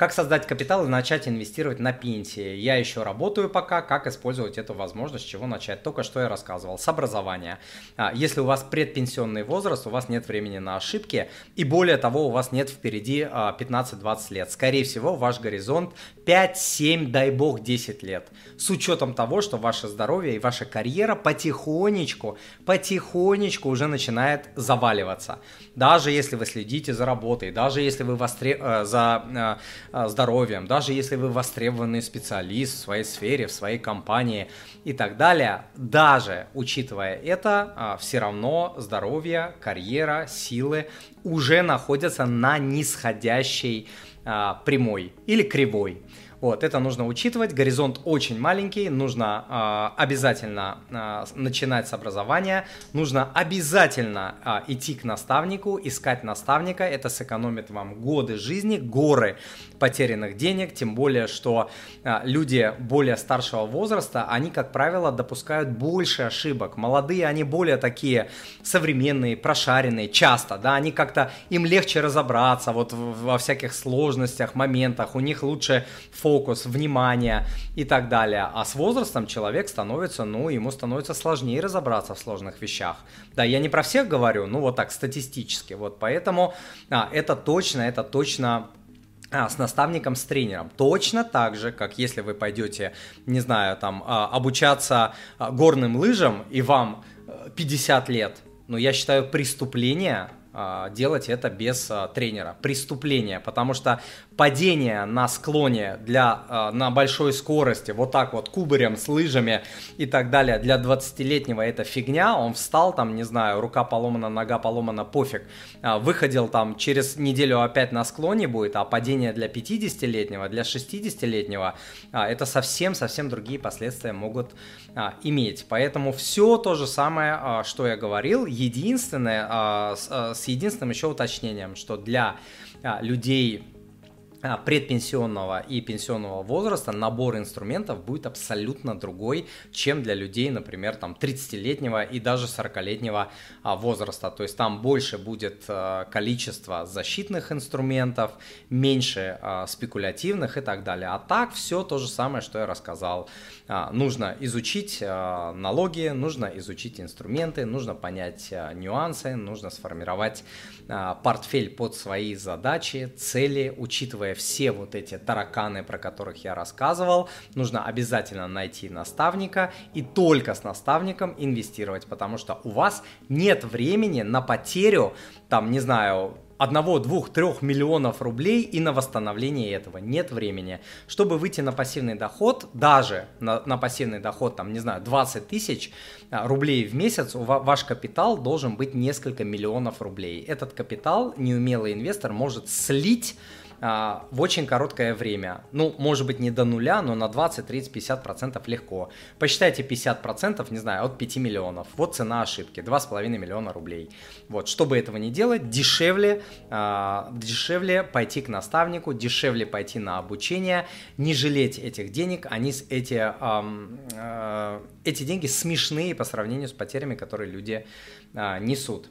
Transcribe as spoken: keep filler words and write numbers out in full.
Как создать капитал и начать инвестировать на пенсии? Я еще работаю пока. Как использовать эту возможность, с чего начать? Только что я рассказывал. С образования. Если у вас предпенсионный возраст, у вас нет времени на ошибки. И более того, у вас нет впереди пятнадцать-двадцать лет. Скорее всего, ваш горизонт пять-семь, дай бог, десять лет. С учетом того, что ваше здоровье и ваша карьера потихонечку, потихонечку уже начинает заваливаться. Даже если вы следите за работой, даже если вы востреб... за здоровьем, даже если вы востребованный специалист в своей сфере, в своей компании и так далее, даже учитывая это, все равно здоровье, карьера, силы уже находятся на нисходящей прямой или кривой. Вот, это нужно учитывать, горизонт очень маленький, нужно э, обязательно э, начинать с образования, нужно обязательно э, идти к наставнику, искать наставника, это сэкономит вам годы жизни, горы потерянных денег, тем более, что э, люди более старшего возраста, они, как правило, допускают больше ошибок, молодые, они более такие современные, прошаренные, часто, да, они как-то, им легче разобраться вот во всяких сложностях, моментах, у них лучше фокус, фокус, внимание и так далее. А с возрастом человек становится, ну, ему становится сложнее разобраться в сложных вещах. Да, я не про всех говорю, ну, вот так статистически. Вот поэтому а, это точно, это точно... А, с наставником, с тренером. Точно так же, как если вы пойдете, не знаю, там, обучаться горным лыжам, и вам пятьдесят лет. Но я считаю преступление делать это без тренера. Преступление, потому что падение на склоне для, на большой скорости, вот так вот кубарем с лыжами и так далее, для двадцатилетнего это фигня, он встал там, не знаю, рука поломана, нога поломана, пофиг, выходил там через неделю опять на склоне будет, а падение для пятидесятилетнего, для шестидесятилетнего, это совсем-совсем другие последствия могут иметь. Поэтому все то же самое, что я говорил, единственное, с единственным еще уточнением, что для людей предпенсионного и пенсионного возраста набор инструментов будет абсолютно другой, чем для людей, например, там тридцатилетнего и даже сорокалетнего возраста. То есть там больше будет количество защитных инструментов, меньше спекулятивных и так далее. А так все то же самое, что я рассказал. Нужно изучить налоги, нужно изучить инструменты, нужно понять нюансы, нужно сформировать портфель под свои задачи, цели, учитывая все вот эти тараканы, про которых я рассказывал. Нужно обязательно найти наставника и только с наставником инвестировать, потому что у вас нет времени на потерю, там, не знаю, одного, двух, трех миллионов рублей и на восстановление этого. Нет времени. Чтобы выйти на пассивный доход, даже на, на пассивный доход, там, не знаю, двадцать тысяч рублей в месяц, у вас, ваш капитал должен быть несколько миллионов рублей. Этот капитал неумелый инвестор может слить в очень короткое время. Ну, может быть, не до нуля, но на двадцать, тридцать, пятьдесят процентов легко. Посчитайте пятьдесят процентов, не знаю, от пяти миллионов. Вот цена ошибки, два с половиной миллиона рублей. Вот, чтобы этого не делать, дешевле, э, дешевле пойти к наставнику, дешевле пойти на обучение, не жалеть этих денег, они эти, э, э, эти деньги смешные по сравнению с потерями, которые люди э, несут.